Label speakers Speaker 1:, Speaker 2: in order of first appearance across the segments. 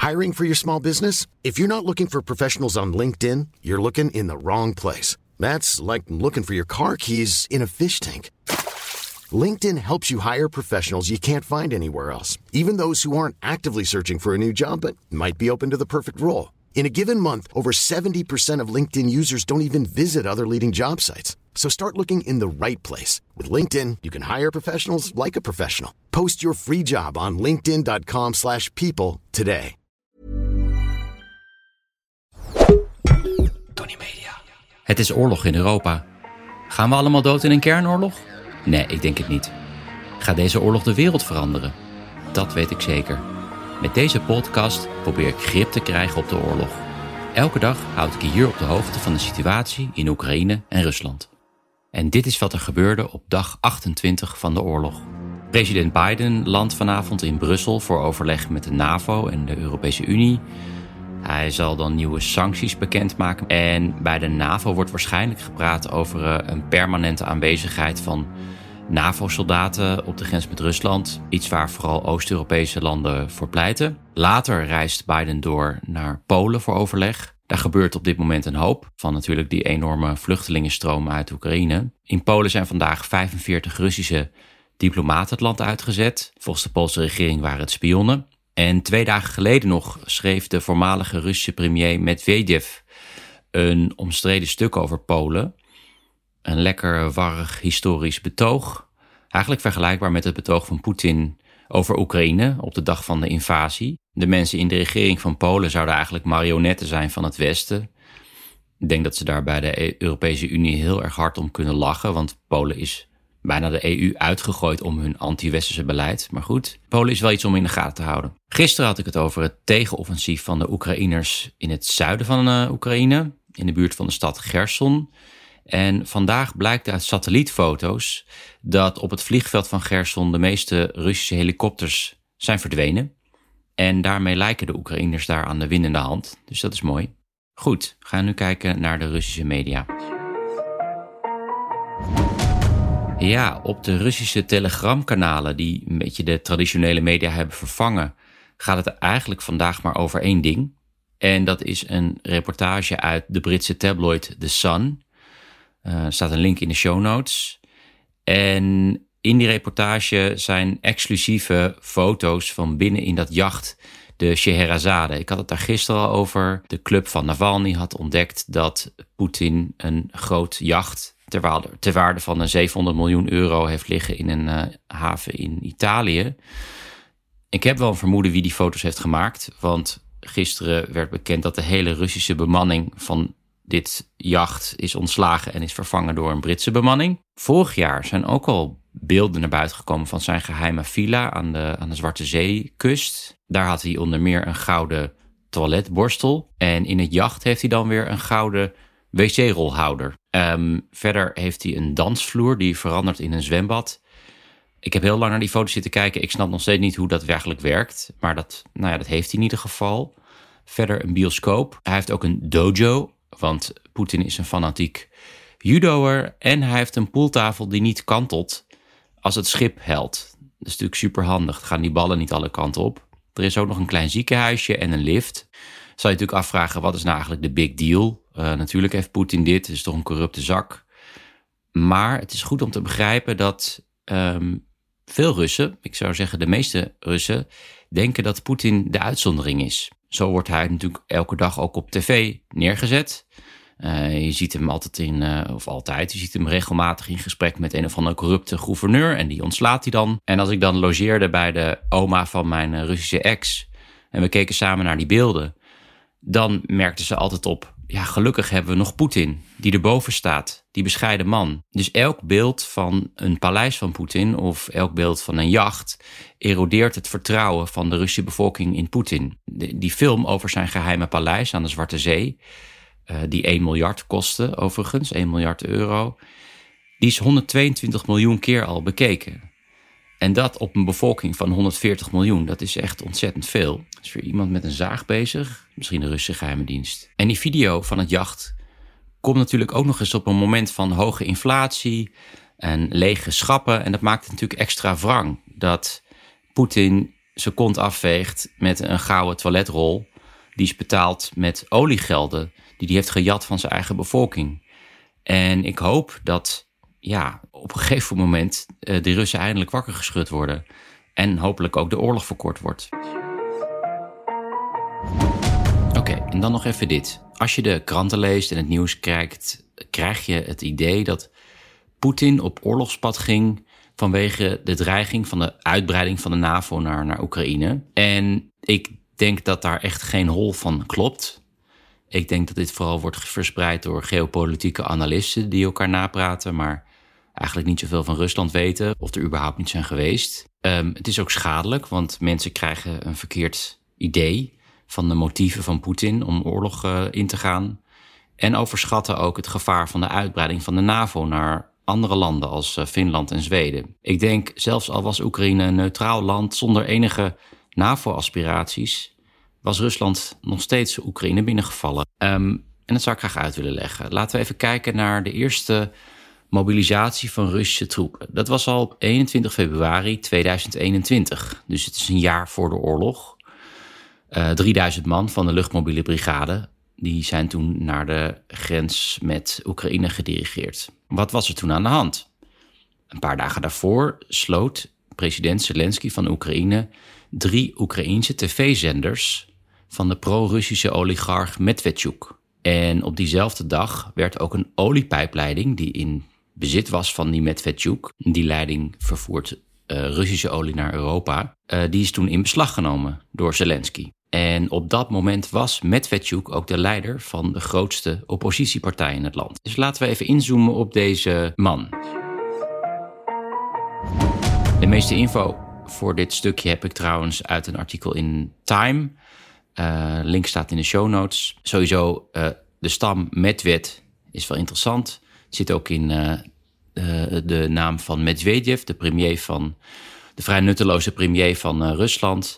Speaker 1: Hiring for your small business? If you're not looking for professionals on LinkedIn, you're looking in the wrong place. That's like looking for your car keys in a fish tank. LinkedIn helps you hire professionals you can't find anywhere else, even those who aren't actively searching for a new job but might be open to the perfect role. In a given month, over 70% of LinkedIn users don't even visit other leading job sites. So start looking in the right place. With LinkedIn, you can hire professionals like a professional. Post your free job on linkedin.com/people today.
Speaker 2: Tony Media. Het is oorlog in Europa. Gaan we allemaal dood in een kernoorlog? Nee, ik denk het niet. Gaat deze oorlog de wereld veranderen? Dat weet ik zeker. Met deze podcast probeer ik grip te krijgen op de oorlog. Elke dag houd ik je hier op de hoogte van de situatie in Oekraïne en Rusland. En dit is wat er gebeurde op dag 28 van de oorlog. President Biden landt vanavond in Brussel voor overleg met de NAVO en de Europese Unie. Hij zal dan nieuwe sancties bekendmaken. En bij de NAVO wordt waarschijnlijk gepraat over een permanente aanwezigheid van NAVO-soldaten op de grens met Rusland. Iets waar vooral Oost-Europese landen voor pleiten. Later reist Biden door naar Polen voor overleg. Daar gebeurt op dit moment een hoop van natuurlijk die enorme vluchtelingenstroom uit Oekraïne. In Polen zijn vandaag 45 Russische diplomaten het land uitgezet. Volgens de Poolse regering waren het spionnen. En 2 dagen geleden nog schreef de voormalige Russische premier Medvedev een omstreden stuk over Polen. Een lekker warrig historisch betoog. Eigenlijk vergelijkbaar met het betoog van Poetin over Oekraïne op de dag van de invasie. De mensen in de regering van Polen zouden eigenlijk marionetten zijn van het Westen. Ik denk dat ze daar bij de Europese Unie heel erg hard om kunnen lachen, want Polen is bijna de EU uitgegooid om hun anti-westerse beleid. Maar goed, Polen is wel iets om in de gaten te houden. Gisteren had ik het over het tegenoffensief van de Oekraïners in het zuiden van Oekraïne, in de buurt van de stad Gerson. En vandaag blijkt uit satellietfoto's dat op het vliegveld van Gerson de meeste Russische helikopters zijn verdwenen. En daarmee lijken de Oekraïners daar aan de winnende hand. Dus dat is mooi. Goed, we gaan nu kijken naar de Russische media. Ja, op de Russische telegramkanalen die een beetje de traditionele media hebben vervangen, gaat het eigenlijk vandaag maar over één ding. En dat is een reportage uit de Britse tabloid The Sun. Er staat een link in de show notes. En in die reportage zijn exclusieve foto's van binnen in dat jacht, de Scheherazade. Ik had het daar gisteren al over. De club van Navalny had ontdekt dat Poetin een groot jacht ter waarde van een 700 miljoen euro heeft liggen in een haven in Italië. Ik heb wel een vermoeden wie die foto's heeft gemaakt, want gisteren werd bekend dat de hele Russische bemanning van dit jacht is ontslagen en is vervangen door een Britse bemanning. Vorig jaar zijn ook al beelden naar buiten gekomen van zijn geheime villa aan de Zwarte Zeekust. Daar had hij onder meer een gouden toiletborstel. En in het jacht heeft hij dan weer een gouden wc-rolhouder. Verder heeft hij een dansvloer die verandert in een zwembad. Ik heb heel lang naar die foto's zitten kijken. Ik snap nog steeds niet hoe dat werkelijk werkt. Maar dat heeft hij in ieder geval. Verder een bioscoop. Hij heeft ook een dojo, want Poetin is een fanatiek judoer. En hij heeft een pooltafel die niet kantelt als het schip helt. Dat is natuurlijk super handig. Dan gaan die ballen niet alle kanten op. Er is ook nog een klein ziekenhuisje en een lift. Zou je natuurlijk afvragen, wat is nou eigenlijk de big deal? Natuurlijk heeft Poetin dit, het is toch een corrupte zak. Maar het is goed om te begrijpen dat veel Russen, ik zou zeggen de meeste Russen, denken dat Poetin de uitzondering is. Zo wordt hij natuurlijk elke dag ook op tv neergezet. Je ziet hem je ziet hem regelmatig in gesprek met een of andere corrupte gouverneur en die ontslaat hij dan. En als ik dan logeerde bij de oma van mijn Russische ex en we keken samen naar die beelden, dan merkten ze altijd op, ja, gelukkig hebben we nog Poetin die erboven staat, die bescheiden man. Dus elk beeld van een paleis van Poetin of elk beeld van een jacht erodeert het vertrouwen van de Russische bevolking in Poetin. Die film over zijn geheime paleis aan de Zwarte Zee, die 1 miljard kostte overigens, 1 miljard euro, die is 122 miljoen keer al bekeken. En dat op een bevolking van 140 miljoen, dat is echt ontzettend veel. Er is weer iemand met een zaag bezig, misschien de Russische geheime dienst. En die video van het jacht komt natuurlijk ook nog eens op een moment van hoge inflatie en lege schappen. En dat maakt het natuurlijk extra wrang dat Poetin zijn kont afveegt met een gouden toiletrol. Die is betaald met oliegelden die hij heeft gejat van zijn eigen bevolking. En ik hoop dat op een gegeven moment de Russen eindelijk wakker geschud worden. En hopelijk ook de oorlog verkort wordt. Oké, en dan nog even dit. Als je de kranten leest en het nieuws kijkt, krijg je het idee dat Poetin op oorlogspad ging vanwege de dreiging van de uitbreiding van de NAVO naar Oekraïne. En ik denk dat daar echt geen hol van klopt. Ik denk dat dit vooral wordt verspreid door geopolitieke analisten die elkaar napraten, maar eigenlijk niet zoveel van Rusland weten of er überhaupt niet zijn geweest. Het is ook schadelijk, want mensen krijgen een verkeerd idee van de motieven van Poetin om oorlog in te gaan. En overschatten ook het gevaar van de uitbreiding van de NAVO naar andere landen als Finland en Zweden. Ik denk, zelfs al was Oekraïne een neutraal land zonder enige NAVO-aspiraties, was Rusland nog steeds Oekraïne binnengevallen. En dat zou ik graag uit willen leggen. Laten we even kijken naar de eerste mobilisatie van Russische troepen. Dat was al op 21 februari 2021. Dus het is een jaar voor de oorlog. 3000 man van de luchtmobiele brigade, die zijn toen naar de grens met Oekraïne gedirigeerd. Wat was er toen aan de hand? Een paar dagen daarvoor sloot president Zelensky van Oekraïne 3 Oekraïense tv-zenders van de pro-Russische oligarch Medvedchuk. En op diezelfde dag werd ook een oliepijpleiding die in bezit was van die Medvedchuk, die leiding vervoert Russische olie naar Europa, die is toen in beslag genomen door Zelensky. En op dat moment was Medvedchuk ook de leider van de grootste oppositiepartij in het land. Dus laten we even inzoomen op deze man. De meeste info voor dit stukje heb ik trouwens uit een artikel in Time. Link staat in de show notes. Sowieso de stam Medved is wel interessant. Het zit ook in de naam van Medvedev, de vrij nutteloze premier van Rusland.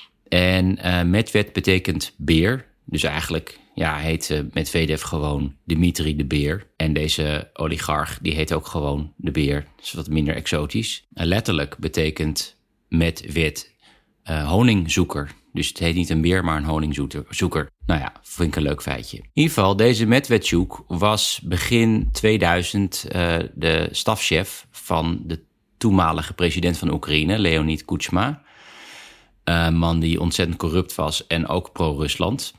Speaker 2: En Medved betekent beer. Dus eigenlijk heet Medvedev gewoon Dmitri de Beer. En deze oligarch die heet ook gewoon de Beer. Dat is wat minder exotisch. Letterlijk betekent Medved honingzoeker. Dus het heet niet een beer, maar een honingzoeker. Nou ja, vind ik een leuk feitje. In ieder geval, deze Medvedchuk was begin 2000 de stafchef van de toenmalige president van Oekraïne, Leonid Kuchma. Een man die ontzettend corrupt was en ook pro-Rusland.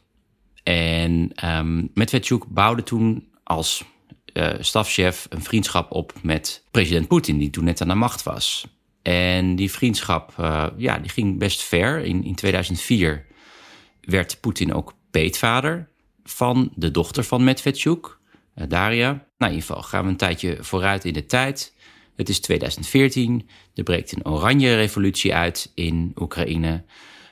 Speaker 2: En Medvedchuk bouwde toen als stafchef een vriendschap op met president Poetin, die toen net aan de macht was. En die vriendschap die ging best ver. In 2004 werd Poetin ook peetvader van de dochter van Medvedchuk, Daria. Nou, in ieder geval gaan we een tijdje vooruit in de tijd. Het is 2014, er breekt een oranje revolutie uit in Oekraïne.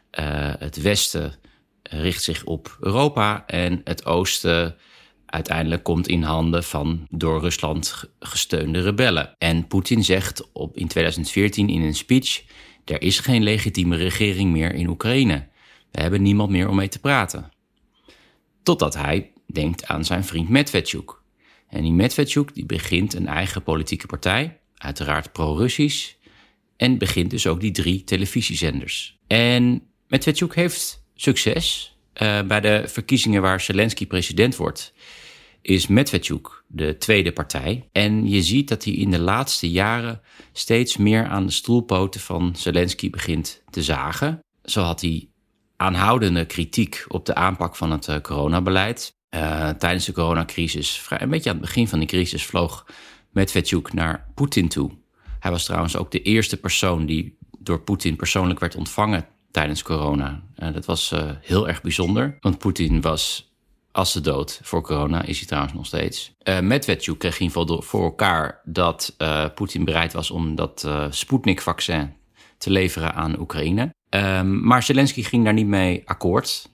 Speaker 2: Het westen richt zich op Europa en het oosten uiteindelijk komt in handen van door Rusland gesteunde rebellen. En Poetin zegt in 2014 in een speech: er is geen legitieme regering meer in Oekraïne. We hebben niemand meer om mee te praten. Totdat hij denkt aan zijn vriend Medvedchuk. En die Medvedchuk die begint een eigen politieke partij, uiteraard pro-Russisch, en begint dus ook die 3 televisiezenders. En Medvedchuk heeft succes. Bij de verkiezingen waar Zelensky president wordt, is Medvedchuk de tweede partij. En je ziet dat hij in de laatste jaren steeds meer aan de stoelpoten van Zelensky begint te zagen. Zo had hij aanhoudende kritiek op de aanpak van het coronabeleid. Tijdens de coronacrisis, een beetje aan het begin van die crisis, vloog Medvedchuk naar Poetin toe. Hij was trouwens ook de eerste persoon die door Poetin persoonlijk werd ontvangen tijdens corona. Dat was heel erg bijzonder, want Poetin was als de dood voor corona, is hij trouwens nog steeds. Medvedchuk kreeg in ieder geval voor elkaar dat Poetin bereid was om dat Sputnik-vaccin te leveren aan Oekraïne. Maar Zelensky ging daar niet mee akkoord.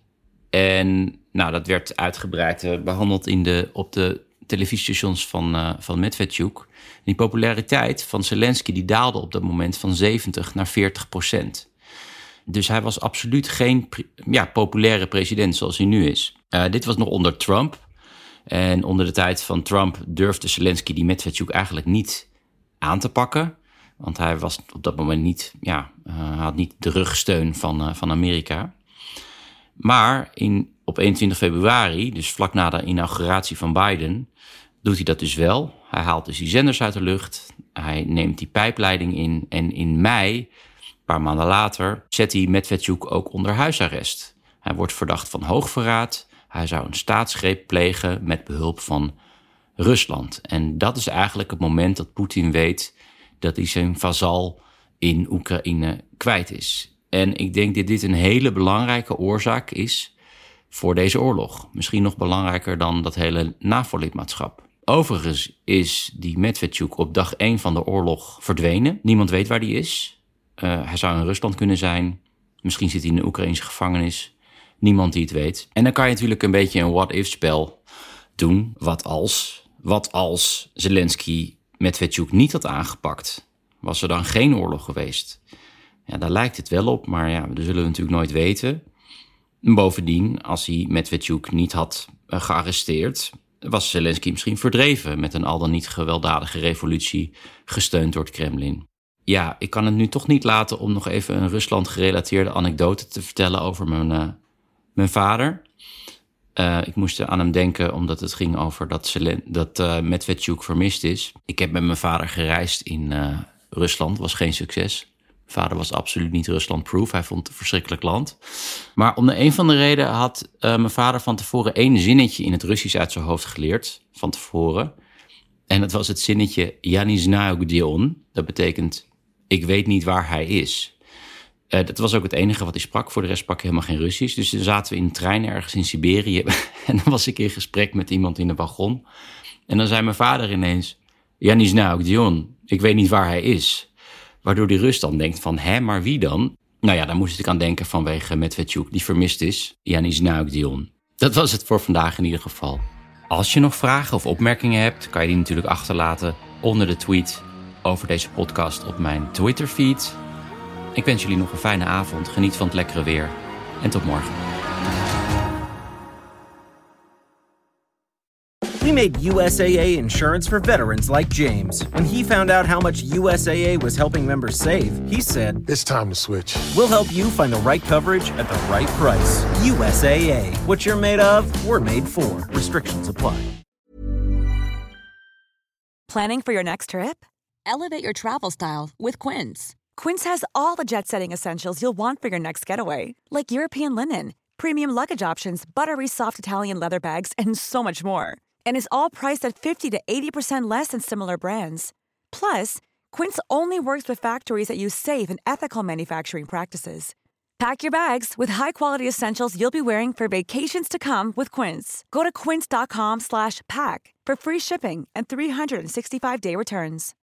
Speaker 2: En dat werd uitgebreid behandeld op de televisiestations van Medvedchuk. Die populariteit van Zelensky die daalde op dat moment van 70 naar 40%. Dus hij was absoluut geen populaire president zoals hij nu is. Dit was nog onder Trump. En onder de tijd van Trump durfde Zelensky die Medvedchuk eigenlijk niet aan te pakken. Want hij was op dat moment niet, had niet de rugsteun van Amerika. Maar op 21 februari, dus vlak na de inauguratie van Biden, doet hij dat dus wel. Hij haalt dus die zenders uit de lucht. Hij neemt die pijpleiding in. En in mei, een paar maanden later, zet hij Medvedchuk ook onder huisarrest. Hij wordt verdacht van hoogverraad. Hij zou een staatsgreep plegen met behulp van Rusland. En dat is eigenlijk het moment dat Poetin weet dat hij zijn vazal in Oekraïne kwijt is. En ik denk dat dit een hele belangrijke oorzaak is voor deze oorlog. Misschien nog belangrijker dan dat hele NAVO-lidmaatschap. Overigens is die Medvedchuk op dag 1 van de oorlog verdwenen. Niemand weet waar die is. Hij zou in Rusland kunnen zijn. Misschien zit hij in een Oekraïnse gevangenis. Niemand die het weet. En dan kan je natuurlijk een beetje een what-if-spel doen. Wat als Zelensky Medvedchuk niet had aangepakt? Was er dan geen oorlog geweest? Ja, daar lijkt het wel op, maar ja, dat zullen we natuurlijk nooit weten. Bovendien, als hij Medvedchuk niet had gearresteerd, was Zelensky misschien verdreven met een al dan niet gewelddadige revolutie gesteund door het Kremlin. Ja, ik kan het nu toch niet laten om nog even een Rusland-gerelateerde anekdote te vertellen over mijn vader. Ik moest aan hem denken omdat het ging over dat Medvedchuk vermist is. Ik heb met mijn vader gereisd in Rusland, was geen succes. Mijn vader was absoluut niet Rusland-proof. Hij vond het een verschrikkelijk land. Maar om de een van de reden had mijn vader van tevoren 1 zinnetje in het Russisch uit zijn hoofd geleerd. Van tevoren. En dat was het zinnetje "Я не знаю где он". Dat betekent, ik weet niet waar hij is. Dat was ook het enige wat hij sprak. Voor de rest sprak hij helemaal geen Russisch. Dus dan zaten we in een trein ergens in Siberië. En dan was ik in gesprek met iemand in de wagon. En dan zei mijn vader ineens, "Я не знаю где он". Ik weet niet waar hij is. Waardoor die Rus dan denkt van, maar wie dan? Nou ja, daar moest ik aan denken vanwege Medvedchuk, die vermist is. "Я не знаю где он". Dat was het voor vandaag in ieder geval. Als je nog vragen of opmerkingen hebt, kan je die natuurlijk achterlaten onder de tweet over deze podcast op mijn Twitter-feed. Ik wens jullie nog een fijne avond, geniet van het lekkere weer en tot morgen.
Speaker 3: We made USAA insurance for veterans like James. When he found out how much USAA was helping members save, he said,
Speaker 4: "It's time to switch."
Speaker 3: "We'll help you find the right coverage at the right price. USAA. What you're made of, we're made for. Restrictions apply."
Speaker 5: Planning for your next trip?
Speaker 6: Elevate your travel style with Quince.
Speaker 5: Quince has all the jet-setting essentials you'll want for your next getaway, like European linen, premium luggage options, buttery soft Italian leather bags, and so much more. And is all priced at 50 to 80% less than similar brands. Plus, Quince only works with factories that use safe and ethical manufacturing practices. Pack your bags with high-quality essentials you'll be wearing for vacations to come with Quince. Go to quince.com/pack for free shipping and 365-day returns.